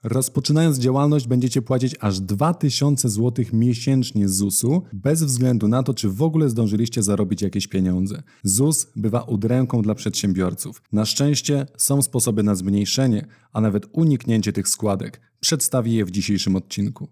Rozpoczynając działalność będziecie płacić aż 2000 zł miesięcznie z ZUS-u, bez względu na to, czy w ogóle zdążyliście zarobić jakieś pieniądze. ZUS bywa udręką dla przedsiębiorców. Na szczęście są sposoby na zmniejszenie, a nawet uniknięcie tych składek. Przedstawię je w dzisiejszym odcinku.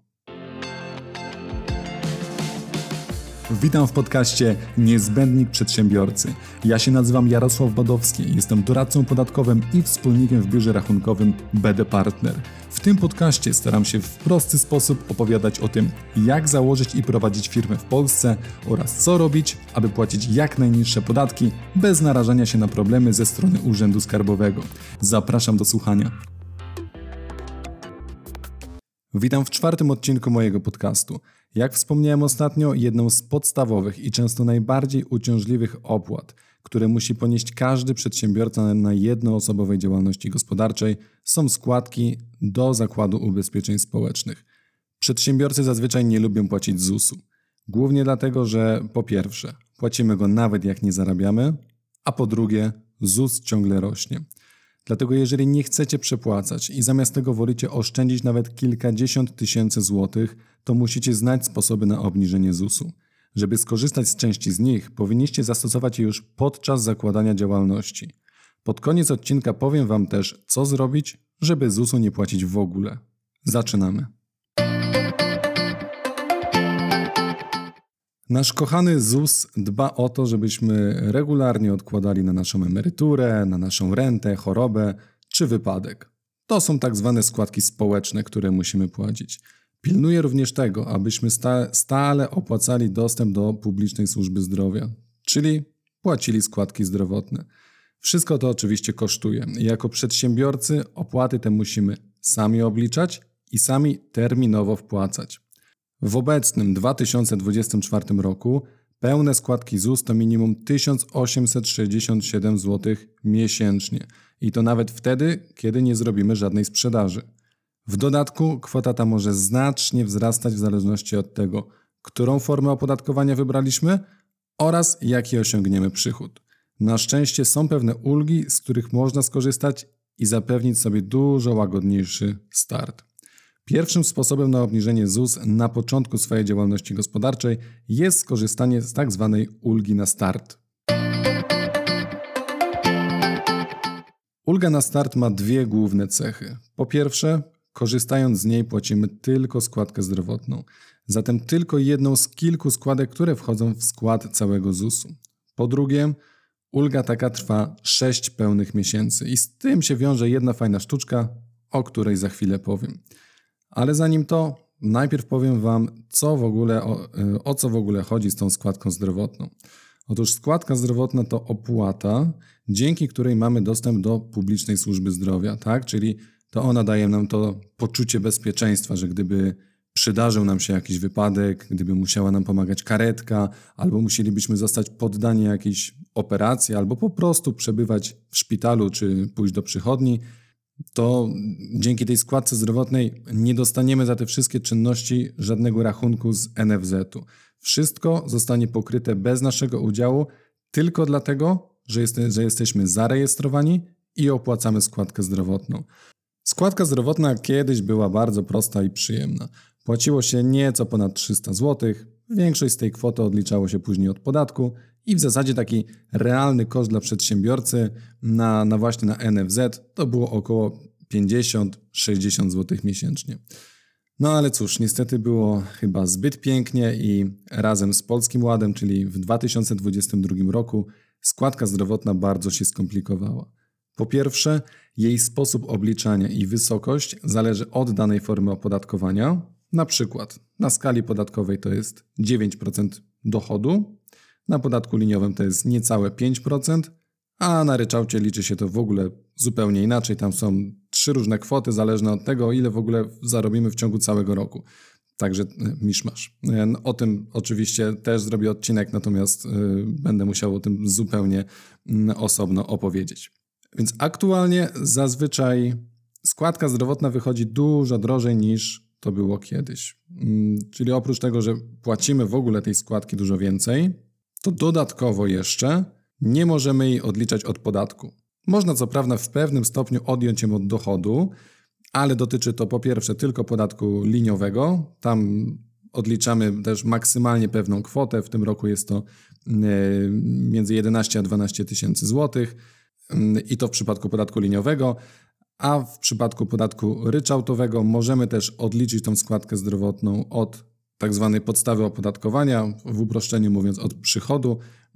Witam w podcaście Niezbędnik Przedsiębiorcy. Ja się nazywam Jarosław Badowski, jestem doradcą podatkowym i wspólnikiem w biurze rachunkowym BD Partner. W tym podcaście staram się w prosty sposób opowiadać o tym, jak założyć i prowadzić firmę w Polsce oraz co robić, aby płacić jak najniższe podatki bez narażania się na problemy ze strony Urzędu Skarbowego. Zapraszam do słuchania. Witam w 4. odcinku mojego podcastu. Jak wspomniałem ostatnio, jedną z podstawowych i często najbardziej uciążliwych opłat, które musi ponieść każdy przedsiębiorca na jednoosobowej działalności gospodarczej, są składki do Zakładu Ubezpieczeń Społecznych. Przedsiębiorcy zazwyczaj nie lubią płacić ZUS-u. Głównie dlatego, że po pierwsze, płacimy go nawet jak nie zarabiamy, a po drugie, ZUS ciągle rośnie. Dlatego jeżeli nie chcecie przepłacać i zamiast tego wolicie oszczędzić nawet kilkadziesiąt tysięcy złotych, to musicie znać sposoby na obniżenie ZUS-u. Żeby skorzystać z części z nich, powinniście zastosować je już podczas zakładania działalności. Pod koniec odcinka powiem Wam też, co zrobić, żeby ZUS-u nie płacić w ogóle. Zaczynamy. Nasz kochany ZUS dba o to, żebyśmy regularnie odkładali na naszą emeryturę, na naszą rentę, chorobę czy wypadek. To są tak zwane składki społeczne, które musimy płacić. Pilnuje również tego, abyśmy stale opłacali dostęp do publicznej służby zdrowia, czyli płacili składki zdrowotne. Wszystko to oczywiście kosztuje i jako przedsiębiorcy opłaty te musimy sami obliczać i sami terminowo wpłacać. W obecnym 2024 roku pełne składki ZUS to minimum 1867 zł miesięcznie i to nawet wtedy, kiedy nie zrobimy żadnej sprzedaży. W dodatku kwota ta może znacznie wzrastać w zależności od tego, którą formę opodatkowania wybraliśmy oraz jaki osiągniemy przychód. Na szczęście są pewne ulgi, z których można skorzystać i zapewnić sobie dużo łagodniejszy start. Pierwszym sposobem na obniżenie ZUS na początku swojej działalności gospodarczej jest skorzystanie z tak zwanej ulgi na start. Ulga na start ma dwie główne cechy. Po pierwsze, korzystając z niej płacimy tylko składkę zdrowotną, zatem tylko jedną z kilku składek, które wchodzą w skład całego ZUS-u. Po drugie, ulga taka trwa 6 pełnych miesięcy i z tym się wiąże jedna fajna sztuczka, o której za chwilę powiem. Ale zanim to, najpierw powiem Wam, o co w ogóle chodzi z tą składką zdrowotną. Otóż składka zdrowotna to opłata, dzięki której mamy dostęp do publicznej służby zdrowia, tak? Czyli to ona daje nam to poczucie bezpieczeństwa, że gdyby przydarzył nam się jakiś wypadek, gdyby musiała nam pomagać karetka, albo musielibyśmy zostać poddani jakiejś operacji, albo po prostu przebywać w szpitalu czy pójść do przychodni, to dzięki tej składce zdrowotnej nie dostaniemy za te wszystkie czynności żadnego rachunku z NFZ-u. Wszystko zostanie pokryte bez naszego udziału tylko dlatego, że jesteśmy zarejestrowani i opłacamy składkę zdrowotną. Składka zdrowotna kiedyś była bardzo prosta i przyjemna. Płaciło się nieco ponad 300 zł, większość z tej kwoty odliczało się później od podatku i w zasadzie taki realny koszt dla przedsiębiorcy właśnie na NFZ to było około 50-60 zł miesięcznie. No ale cóż, niestety było chyba zbyt pięknie i razem z Polskim Ładem, czyli w 2022 roku, składka zdrowotna bardzo się skomplikowała. Po pierwsze, jej sposób obliczania i wysokość zależy od danej formy opodatkowania. Na przykład na skali podatkowej to jest 9% dochodu, na podatku liniowym to jest niecałe 5%, a na ryczałcie liczy się to w ogóle zupełnie inaczej. Tam są 3 różne kwoty zależne od tego, ile w ogóle zarobimy w ciągu całego roku. Także miszmasz. O tym oczywiście też zrobię odcinek, natomiast będę musiał o tym zupełnie osobno opowiedzieć. Więc aktualnie zazwyczaj składka zdrowotna wychodzi dużo drożej niż to było kiedyś. Czyli oprócz tego, że płacimy w ogóle tej składki dużo więcej, to dodatkowo jeszcze nie możemy jej odliczać od podatku. Można co prawda w pewnym stopniu odjąć ją od dochodu, ale dotyczy to po pierwsze tylko podatku liniowego. Tam odliczamy też maksymalnie pewną kwotę. W tym roku jest to między 11 a 12 tysięcy złotych i to w przypadku podatku liniowego, a w przypadku podatku ryczałtowego możemy też odliczyć tą składkę zdrowotną od tak zwanej podstawy opodatkowania, w uproszczeniu mówiąc od przychodu,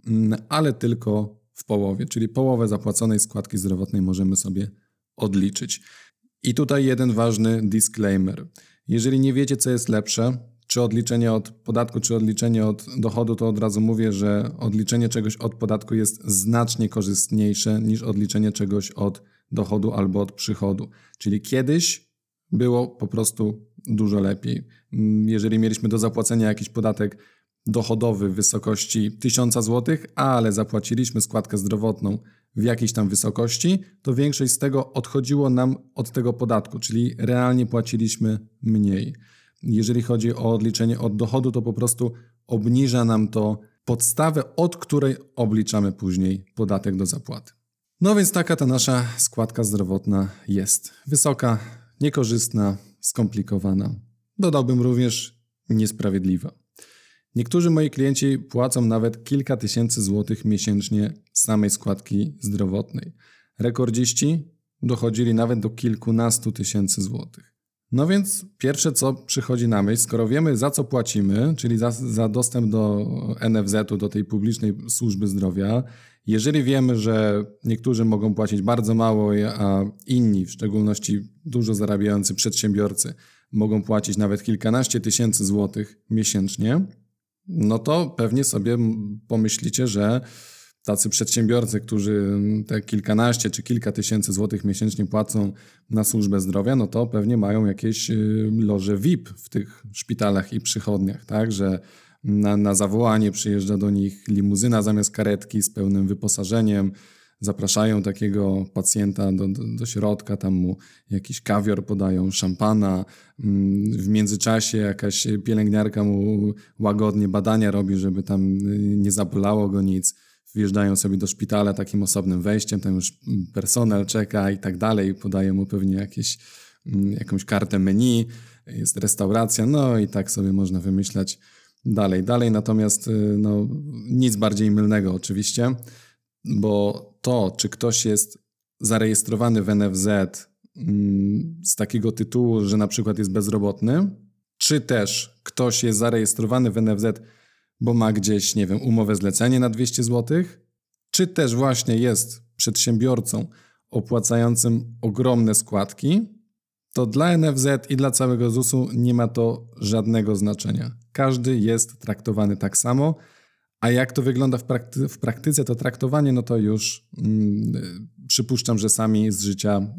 ale tylko w połowie, czyli połowę zapłaconej składki zdrowotnej możemy sobie odliczyć. I tutaj jeden ważny disclaimer. Jeżeli nie wiecie, co jest lepsze, czy odliczenie od podatku, czy odliczenie od dochodu, to od razu mówię, że odliczenie czegoś od podatku jest znacznie korzystniejsze niż odliczenie czegoś od dochodu albo od przychodu. Czyli kiedyś było po prostu dużo lepiej. Jeżeli mieliśmy do zapłacenia jakiś podatek dochodowy w wysokości 1000 zł, ale zapłaciliśmy składkę zdrowotną w jakiejś tam wysokości, to większość z tego odchodziło nam od tego podatku, czyli realnie płaciliśmy mniej. Jeżeli chodzi o odliczenie od dochodu, to po prostu obniża nam to podstawę, od której obliczamy później podatek do zapłaty. No więc taka ta nasza składka zdrowotna jest. Wysoka, niekorzystna, skomplikowana. Dodałbym również niesprawiedliwa. Niektórzy moi klienci płacą nawet kilka tysięcy złotych miesięcznie samej składki zdrowotnej. Rekordziści dochodzili nawet do kilkunastu tysięcy złotych. No więc pierwsze, co przychodzi na myśl, skoro wiemy, za co płacimy, czyli za dostęp do NFZ-u, do tej publicznej służby zdrowia, jeżeli wiemy, że niektórzy mogą płacić bardzo mało, a inni, w szczególności dużo zarabiający przedsiębiorcy, mogą płacić nawet kilkanaście tysięcy złotych miesięcznie, no to pewnie sobie pomyślicie, że tacy przedsiębiorcy, którzy te kilkanaście czy kilka tysięcy złotych miesięcznie płacą na służbę zdrowia, no to pewnie mają jakieś loże VIP w tych szpitalach i przychodniach, tak, że na zawołanie przyjeżdża do nich limuzyna zamiast karetki z pełnym wyposażeniem, zapraszają takiego pacjenta do środka, tam mu jakiś kawior podają, szampana, w międzyczasie jakaś pielęgniarka mu łagodnie badania robi, żeby tam nie zabolało go nic. Wjeżdżają sobie do szpitala takim osobnym wejściem, tam już personel czeka i tak dalej, podaje mu pewnie jakąś kartę menu, jest restauracja, no i tak sobie można wymyślać dalej. Natomiast no, nic bardziej mylnego oczywiście, bo to, czy ktoś jest zarejestrowany w NFZ z takiego tytułu, że na przykład jest bezrobotny, czy też ktoś jest zarejestrowany w NFZ, bo ma gdzieś, nie wiem, umowę zlecenie na 200 zł, czy też właśnie jest przedsiębiorcą opłacającym ogromne składki, to dla NFZ i dla całego ZUS-u nie ma to żadnego znaczenia. Każdy jest traktowany tak samo, a jak to wygląda w praktyce, to traktowanie, no to już przypuszczam, że sami z życia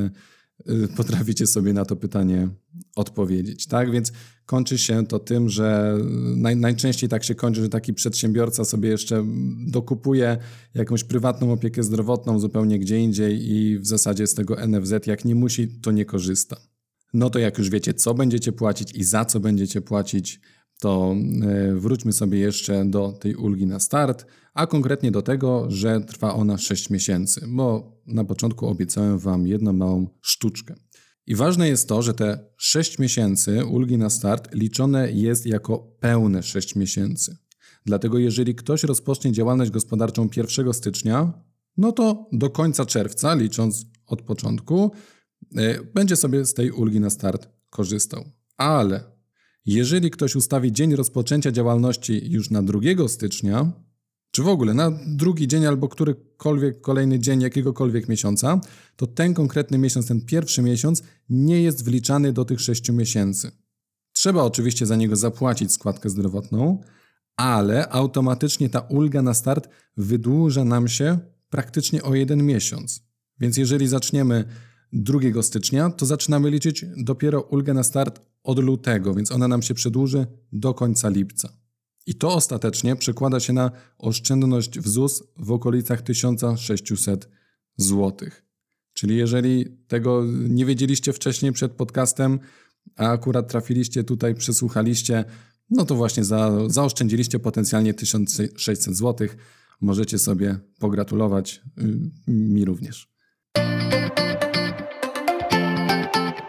potraficie sobie na to pytanie odpowiedzieć, tak? Więc kończy się to tym, że najczęściej tak się kończy, że taki przedsiębiorca sobie jeszcze dokupuje jakąś prywatną opiekę zdrowotną zupełnie gdzie indziej i w zasadzie z tego NFZ, jak nie musi, to nie korzysta. No to jak już wiecie, co będziecie płacić i za co będziecie płacić, to wróćmy sobie jeszcze do tej ulgi na start, a konkretnie do tego, że trwa ona 6 miesięcy, bo na początku obiecałem Wam jedną małą sztuczkę. I ważne jest to, że te 6 miesięcy ulgi na start liczone jest jako pełne 6 miesięcy. Dlatego jeżeli ktoś rozpocznie działalność gospodarczą 1 stycznia, no to do końca czerwca, licząc od początku, będzie sobie z tej ulgi na start korzystał. Ale jeżeli ktoś ustawi dzień rozpoczęcia działalności już na 2 stycznia, czy w ogóle na drugi dzień albo którykolwiek kolejny dzień jakiegokolwiek miesiąca, to ten konkretny miesiąc, ten pierwszy miesiąc nie jest wliczany do tych 6 miesięcy. Trzeba oczywiście za niego zapłacić składkę zdrowotną, ale automatycznie ta ulga na start wydłuża nam się praktycznie o 1 miesiąc. Więc jeżeli zaczniemy 2 stycznia, to zaczynamy liczyć dopiero ulgę na start od lutego, więc ona nam się przedłuży do końca lipca. I to ostatecznie przekłada się na oszczędność w ZUS w okolicach 1600 zł. Czyli jeżeli tego nie wiedzieliście wcześniej przed podcastem, a akurat trafiliście tutaj, przesłuchaliście, no to właśnie zaoszczędziliście potencjalnie 1600 zł. Możecie sobie pogratulować, mi również.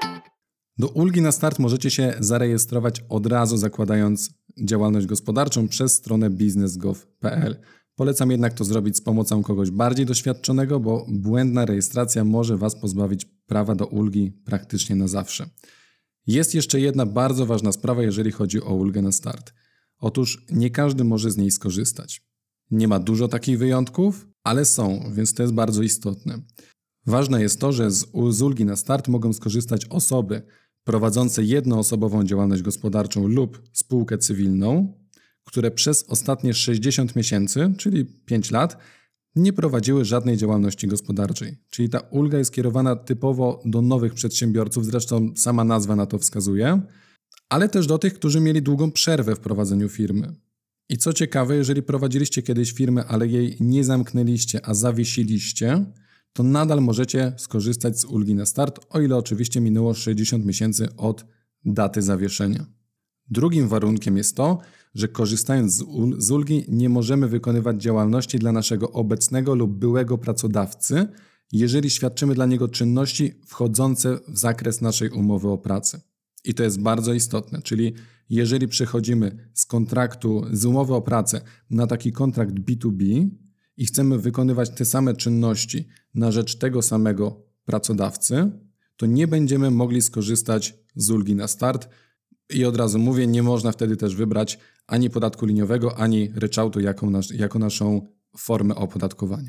Do ulgi na start możecie się zarejestrować od razu, zakładając działalność gospodarczą przez stronę biznes.gov.pl. Polecam jednak to zrobić z pomocą kogoś bardziej doświadczonego, bo błędna rejestracja może Was pozbawić prawa do ulgi praktycznie na zawsze. Jest jeszcze jedna bardzo ważna sprawa, jeżeli chodzi o ulgę na start. Otóż nie każdy może z niej skorzystać. Nie ma dużo takich wyjątków, ale są, więc to jest bardzo istotne. Ważne jest to, że z ulgi na start mogą skorzystać osoby prowadzące jednoosobową działalność gospodarczą lub spółkę cywilną, które przez ostatnie 60 miesięcy, czyli 5 lat, nie prowadziły żadnej działalności gospodarczej. Czyli ta ulga jest kierowana typowo do nowych przedsiębiorców, zresztą sama nazwa na to wskazuje, ale też do tych, którzy mieli długą przerwę w prowadzeniu firmy. I co ciekawe, jeżeli prowadziliście kiedyś firmę, ale jej nie zamknęliście, a zawiesiliście, to nadal możecie skorzystać z ulgi na start, o ile oczywiście minęło 60 miesięcy od daty zawieszenia. Drugim warunkiem jest to, że korzystając z ulgi nie możemy wykonywać działalności dla naszego obecnego lub byłego pracodawcy, jeżeli świadczymy dla niego czynności wchodzące w zakres naszej umowy o pracę. I to jest bardzo istotne, czyli jeżeli przechodzimy z umowy o pracę na taki kontrakt B2B i chcemy wykonywać te same czynności na rzecz tego samego pracodawcy, to nie będziemy mogli skorzystać z ulgi na start. I od razu mówię, nie można wtedy też wybrać ani podatku liniowego, ani ryczałtu jako naszą formę opodatkowania.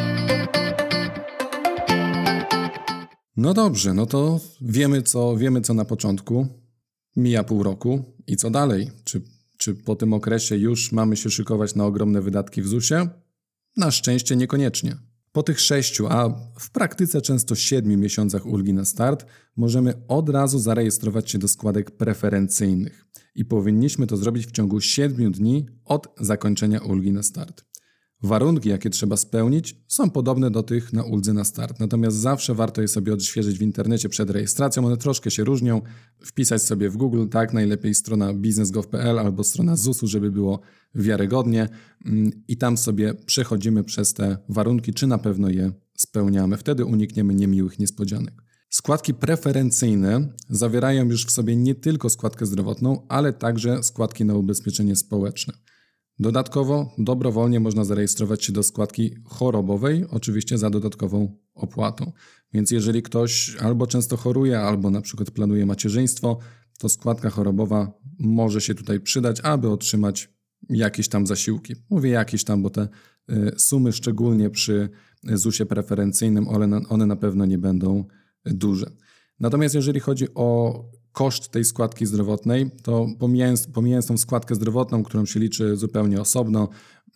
No dobrze, no to wiemy co na początku. Mija pół roku i co dalej? Czy po tym okresie już mamy się szykować na ogromne wydatki w ZUS-ie? Na szczęście niekoniecznie. Po tych 6, a w praktyce często 7 miesiącach ulgi na start możemy od razu zarejestrować się do składek preferencyjnych i powinniśmy to zrobić w ciągu 7 dni od zakończenia ulgi na start. Warunki, jakie trzeba spełnić, są podobne do tych na uldze na start, natomiast zawsze warto je sobie odświeżyć w internecie przed rejestracją, one troszkę się różnią, wpisać sobie w Google, tak, najlepiej strona biznes.gov.pl albo strona ZUS-u, żeby było wiarygodnie i tam sobie przechodzimy przez te warunki, czy na pewno je spełniamy. Wtedy unikniemy niemiłych niespodzianek. Składki preferencyjne zawierają już w sobie nie tylko składkę zdrowotną, ale także składki na ubezpieczenie społeczne. Dodatkowo dobrowolnie można zarejestrować się do składki chorobowej, oczywiście za dodatkową opłatą. Więc jeżeli ktoś albo często choruje, albo na przykład planuje macierzyństwo, to składka chorobowa może się tutaj przydać, aby otrzymać jakieś tam zasiłki. Mówię jakieś tam, bo te sumy szczególnie przy ZUS-ie preferencyjnym, one na pewno nie będą duże. Natomiast jeżeli chodzi o koszt tej składki zdrowotnej, to pomijając tą składkę zdrowotną, którą się liczy zupełnie osobno,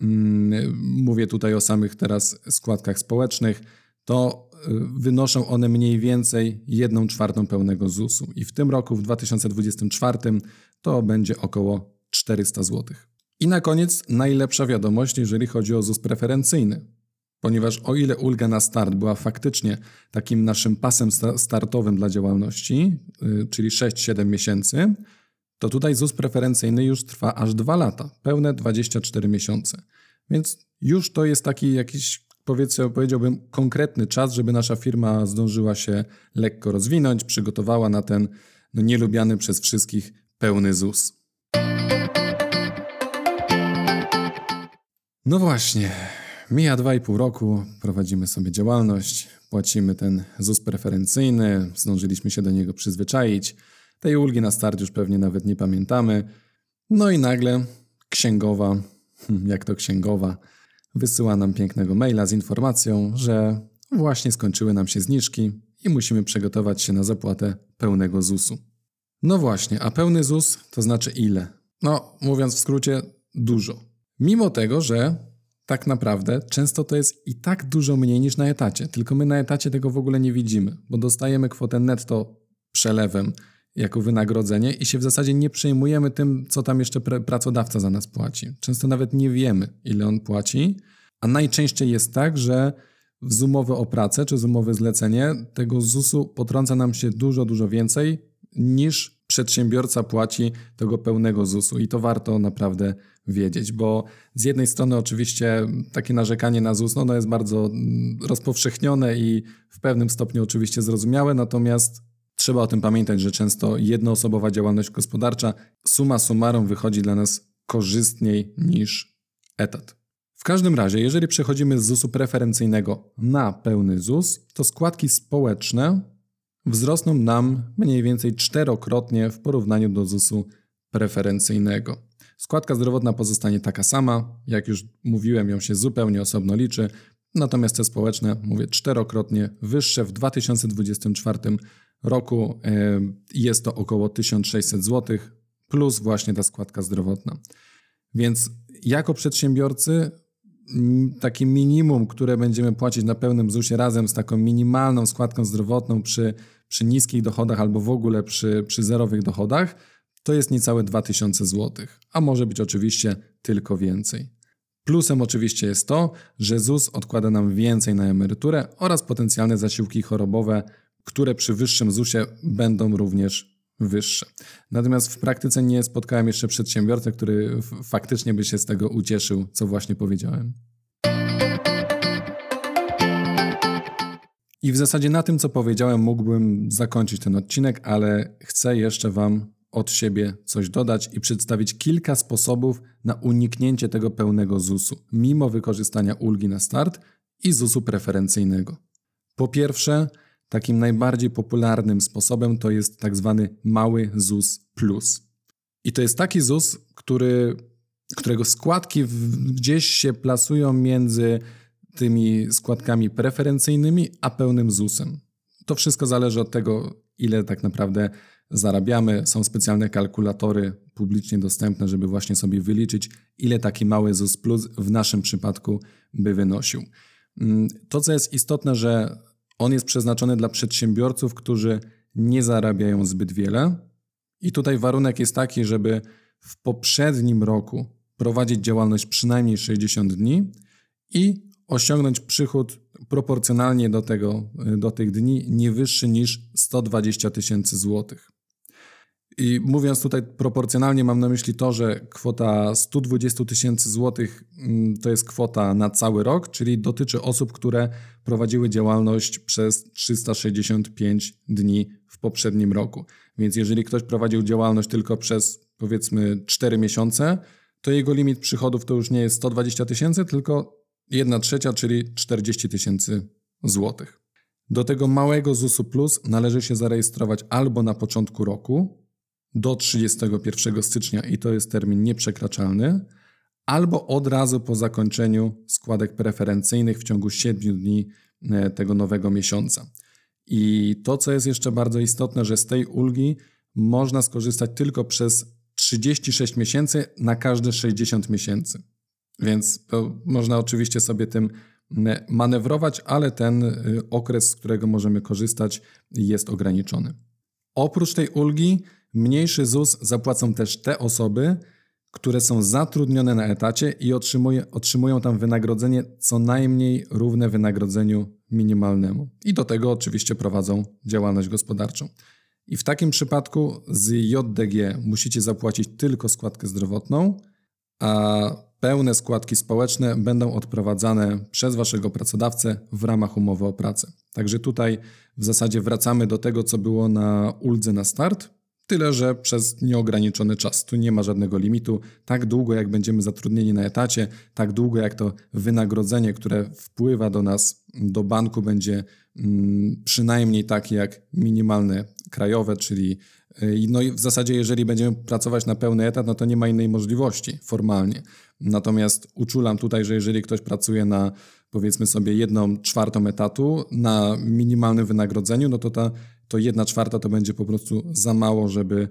mówię tutaj o samych teraz składkach społecznych, to wynoszą one mniej więcej 1/4 pełnego ZUS-u. I w tym roku, w 2024, to będzie około 400 zł. I na koniec najlepsza wiadomość, jeżeli chodzi o ZUS preferencyjny. Ponieważ o ile ulga na start była faktycznie takim naszym pasem startowym dla działalności, czyli 6-7 miesięcy, to tutaj ZUS preferencyjny już trwa aż 2 lata, pełne 24 miesiące. Więc już to jest taki jakiś, powiedziałbym, konkretny czas, żeby nasza firma zdążyła się lekko rozwinąć, przygotowała na ten nielubiany przez wszystkich pełny ZUS. No właśnie. Mija 2,5 roku, prowadzimy sobie działalność, płacimy ten ZUS preferencyjny, zdążyliśmy się do niego przyzwyczaić. Tej ulgi na start już pewnie nawet nie pamiętamy. No i nagle księgowa, jak to księgowa, wysyła nam pięknego maila z informacją, że właśnie skończyły nam się zniżki i musimy przygotować się na zapłatę pełnego ZUS-u. No właśnie, a pełny ZUS to znaczy ile? No, mówiąc w skrócie, dużo. Mimo tego, że tak naprawdę często to jest i tak dużo mniej niż na etacie, tylko my na etacie tego w ogóle nie widzimy, bo dostajemy kwotę netto przelewem jako wynagrodzenie i się w zasadzie nie przejmujemy tym, co tam jeszcze pracodawca za nas płaci. Często nawet nie wiemy, ile on płaci, a najczęściej jest tak, że z umowy o pracę czy z umowy zlecenie tego ZUS-u potrąca nam się dużo więcej niż przedsiębiorca płaci tego pełnego ZUS-u i to warto naprawdę wiedzieć, bo z jednej strony oczywiście takie narzekanie na ZUS no jest bardzo rozpowszechnione i w pewnym stopniu oczywiście zrozumiałe, natomiast Trzeba o tym pamiętać, że często jednoosobowa działalność gospodarcza summa summarum wychodzi dla nas korzystniej niż etat. W każdym razie, jeżeli przechodzimy z ZUS-u preferencyjnego na pełny ZUS, to składki społeczne wzrosną nam mniej więcej 4-krotnie w porównaniu do ZUS-u preferencyjnego. Składka zdrowotna pozostanie taka sama, jak już mówiłem, ją się zupełnie osobno liczy, natomiast te społeczne, mówię, 4-krotnie wyższe. W 2024 roku jest to około 1600 zł plus właśnie ta składka zdrowotna. Więc jako przedsiębiorcy takie minimum, które będziemy płacić na pełnym ZUS-ie razem z taką minimalną składką zdrowotną przy niskich dochodach albo w ogóle przy zerowych dochodach, to jest niecałe 2000 zł, a może być oczywiście tylko więcej. Plusem oczywiście jest to, że ZUS odkłada nam więcej na emeryturę oraz potencjalne zasiłki chorobowe, które przy wyższym ZUS-ie będą również wyższe. Natomiast w praktyce nie spotkałem jeszcze przedsiębiorcy, który faktycznie by się z tego ucieszył, co właśnie powiedziałem. I w zasadzie na tym, co powiedziałem, mógłbym zakończyć ten odcinek, ale chcę jeszcze Wam od siebie coś dodać i przedstawić kilka sposobów na uniknięcie tego pełnego ZUS-u, mimo wykorzystania ulgi na start i ZUS-u preferencyjnego. Po pierwsze, takim najbardziej popularnym sposobem to jest tak zwany mały ZUS plus. I to jest taki ZUS, którego składki gdzieś się plasują między tymi składkami preferencyjnymi a pełnym ZUS-em. To wszystko zależy od tego, ile tak naprawdę zarabiamy. Są specjalne kalkulatory publicznie dostępne, żeby właśnie sobie wyliczyć, ile taki mały ZUS plus w naszym przypadku by wynosił. To, co jest istotne, że on jest przeznaczony dla przedsiębiorców, którzy nie zarabiają zbyt wiele. I tutaj warunek jest taki, żeby w poprzednim roku prowadzić działalność przynajmniej 60 dni i osiągnąć przychód proporcjonalnie do tych dni nie wyższy niż 120 000 złotych. I mówiąc tutaj proporcjonalnie, mam na myśli to, że kwota 120 000 złotych to jest kwota na cały rok, czyli dotyczy osób, które prowadziły działalność przez 365 dni w poprzednim roku. Więc jeżeli ktoś prowadził działalność tylko przez, powiedzmy, 4 miesiące, to jego limit przychodów to już nie jest 120 000, tylko 1/3, czyli 40 000 złotych. Do tego małego ZUS-u plus należy się zarejestrować albo na początku roku, do 31 stycznia i to jest termin nieprzekraczalny, albo od razu po zakończeniu składek preferencyjnych w ciągu 7 dni tego nowego miesiąca. I to, co jest jeszcze bardzo istotne, że z tej ulgi można skorzystać tylko przez 36 miesięcy na każde 60 miesięcy. Więc to można oczywiście sobie tym manewrować, ale ten okres, z którego możemy korzystać, jest ograniczony. Oprócz tej ulgi mniejszy ZUS zapłacą też te osoby, które są zatrudnione na etacie i otrzymują tam wynagrodzenie co najmniej równe wynagrodzeniu minimalnemu. I do tego oczywiście prowadzą działalność gospodarczą. I w takim przypadku z JDG musicie zapłacić tylko składkę zdrowotną, a pełne składki społeczne będą odprowadzane przez waszego pracodawcę w ramach umowy o pracę. Także tutaj w zasadzie wracamy do tego, co było na uldze na start, tyle że przez nieograniczony czas. Tu nie ma żadnego limitu. Tak długo, jak będziemy zatrudnieni na etacie, tak długo, jak to wynagrodzenie, które wpływa do nas, do banku, będzie przynajmniej takie jak minimalne krajowe, czyli no i w zasadzie jeżeli będziemy pracować na pełny etat, no to nie ma innej możliwości formalnie. Natomiast uczulam tutaj, że jeżeli ktoś pracuje na, powiedzmy sobie, 1/4 etatu na minimalnym wynagrodzeniu, no to to 1/4 to będzie po prostu za mało, żeby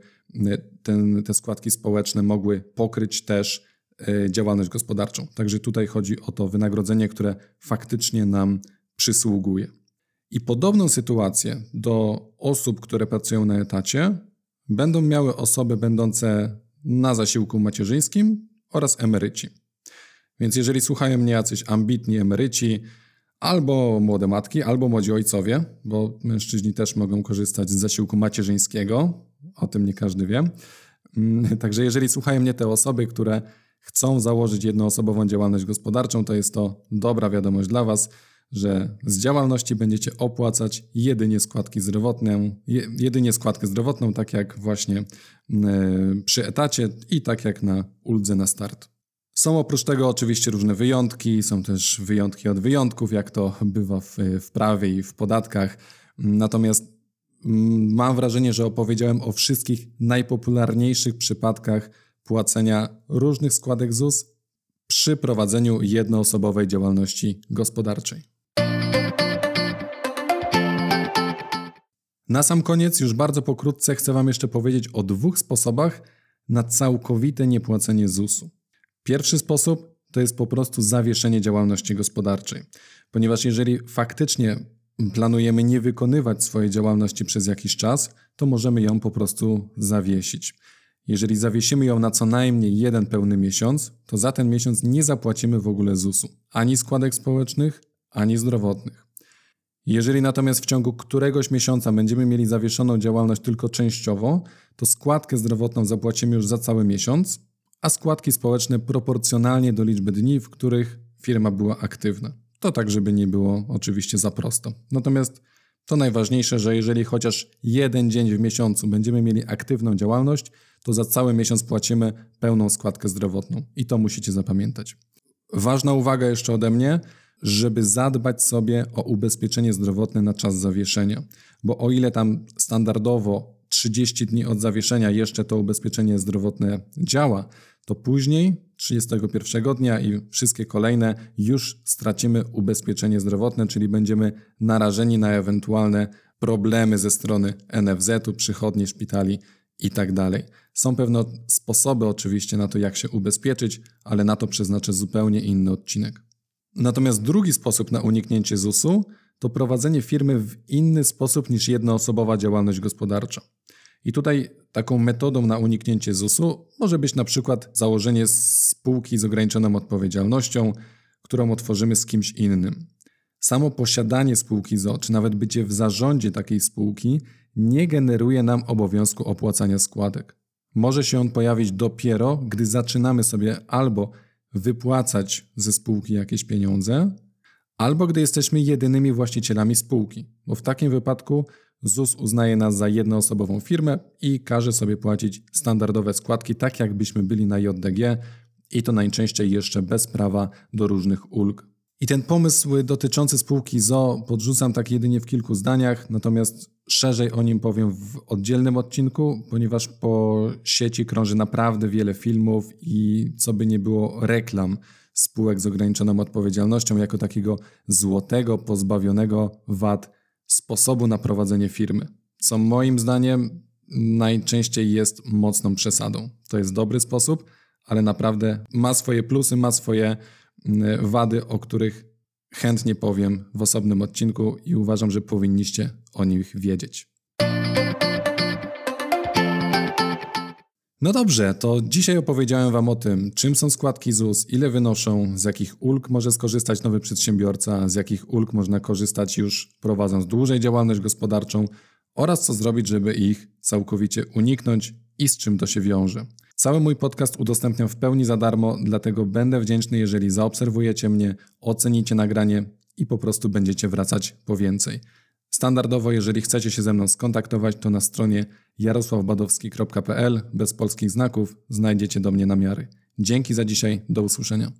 te składki społeczne mogły pokryć też działalność gospodarczą. Także tutaj chodzi o to wynagrodzenie, które faktycznie nam przysługuje. I podobną sytuację do osób, które pracują na etacie, będą miały osoby będące na zasiłku macierzyńskim oraz emeryci. Więc jeżeli słuchają mnie jacyś ambitni emeryci, albo młode matki, albo młodzi ojcowie, bo mężczyźni też mogą korzystać z zasiłku macierzyńskiego, o tym nie każdy wie. Także jeżeli słuchają mnie te osoby, które chcą założyć jednoosobową działalność gospodarczą, to jest to dobra wiadomość dla was, że z działalności będziecie opłacać jedynie składkę zdrowotną, tak jak właśnie przy etacie i tak jak na uldze na start. Są oprócz tego oczywiście różne wyjątki, są też wyjątki od wyjątków, jak to bywa w prawie i w podatkach. Natomiast mam wrażenie, że opowiedziałem o wszystkich najpopularniejszych przypadkach płacenia różnych składek ZUS przy prowadzeniu jednoosobowej działalności gospodarczej. Na sam koniec, już bardzo pokrótce, chcę Wam jeszcze powiedzieć o 2 sposobach na całkowite niepłacenie ZUS-u. Pierwszy sposób to jest po prostu zawieszenie działalności gospodarczej, ponieważ jeżeli faktycznie planujemy nie wykonywać swojej działalności przez jakiś czas, to możemy ją po prostu zawiesić. Jeżeli zawiesimy ją na co najmniej 1 pełny miesiąc, to za ten miesiąc nie zapłacimy w ogóle ZUS-u, ani składek społecznych, ani zdrowotnych. Jeżeli natomiast w ciągu któregoś miesiąca będziemy mieli zawieszoną działalność tylko częściowo, to składkę zdrowotną zapłacimy już za cały miesiąc, a składki społeczne proporcjonalnie do liczby dni, w których firma była aktywna. To tak, żeby nie było oczywiście za prosto. Natomiast to najważniejsze, że jeżeli chociaż 1 dzień w miesiącu będziemy mieli aktywną działalność, to za cały miesiąc płacimy pełną składkę zdrowotną. I to musicie zapamiętać. Ważna uwaga jeszcze ode mnie, żeby zadbać sobie o ubezpieczenie zdrowotne na czas zawieszenia. Bo o ile tam standardowo 30 dni od zawieszenia jeszcze to ubezpieczenie zdrowotne działa, to później, 31 dnia i wszystkie kolejne, już stracimy ubezpieczenie zdrowotne, czyli będziemy narażeni na ewentualne problemy ze strony NFZ-u, przychodni, szpitali itd. Są pewne sposoby oczywiście na to, jak się ubezpieczyć, ale na to przeznaczę zupełnie inny odcinek. Natomiast drugi sposób na uniknięcie ZUS-u to prowadzenie firmy w inny sposób niż jednoosobowa działalność gospodarcza. I tutaj taką metodą na uniknięcie ZUS-u może być na przykład założenie spółki z ograniczoną odpowiedzialnością, którą otworzymy z kimś innym. Samo posiadanie spółki z o.o., czy nawet bycie w zarządzie takiej spółki nie generuje nam obowiązku opłacania składek. Może się on pojawić dopiero, gdy zaczynamy sobie albo wypłacać ze spółki jakieś pieniądze, albo gdy jesteśmy jedynymi właścicielami spółki, bo w takim wypadku ZUS uznaje nas za jednoosobową firmę i każe sobie płacić standardowe składki, tak jakbyśmy byli na JDG i to najczęściej jeszcze bez prawa do różnych ulg. I ten pomysł dotyczący spółki z o.o. podrzucam tak jedynie w kilku zdaniach, natomiast szerzej o nim powiem w oddzielnym odcinku, ponieważ po sieci krąży naprawdę wiele filmów i co by nie było reklam spółek z ograniczoną odpowiedzialnością jako takiego złotego, pozbawionego VAT sposobu na prowadzenie firmy, co moim zdaniem najczęściej jest mocną przesadą. To jest dobry sposób, ale naprawdę ma swoje plusy, ma swoje wady, o których chętnie powiem w osobnym odcinku i uważam, że powinniście o nich wiedzieć. No dobrze, to dzisiaj opowiedziałem Wam o tym, czym są składki ZUS, ile wynoszą, z jakich ulg może skorzystać nowy przedsiębiorca, z jakich ulg można korzystać już prowadząc dłużej działalność gospodarczą oraz co zrobić, żeby ich całkowicie uniknąć i z czym to się wiąże. Cały mój podcast udostępniam w pełni za darmo, dlatego będę wdzięczny, jeżeli zaobserwujecie mnie, ocenicie nagranie i po prostu będziecie wracać po więcej. Standardowo, jeżeli chcecie się ze mną skontaktować, to na stronie jarosławbadowski.pl bez polskich znaków znajdziecie do mnie namiary. Dzięki za dzisiaj, do usłyszenia.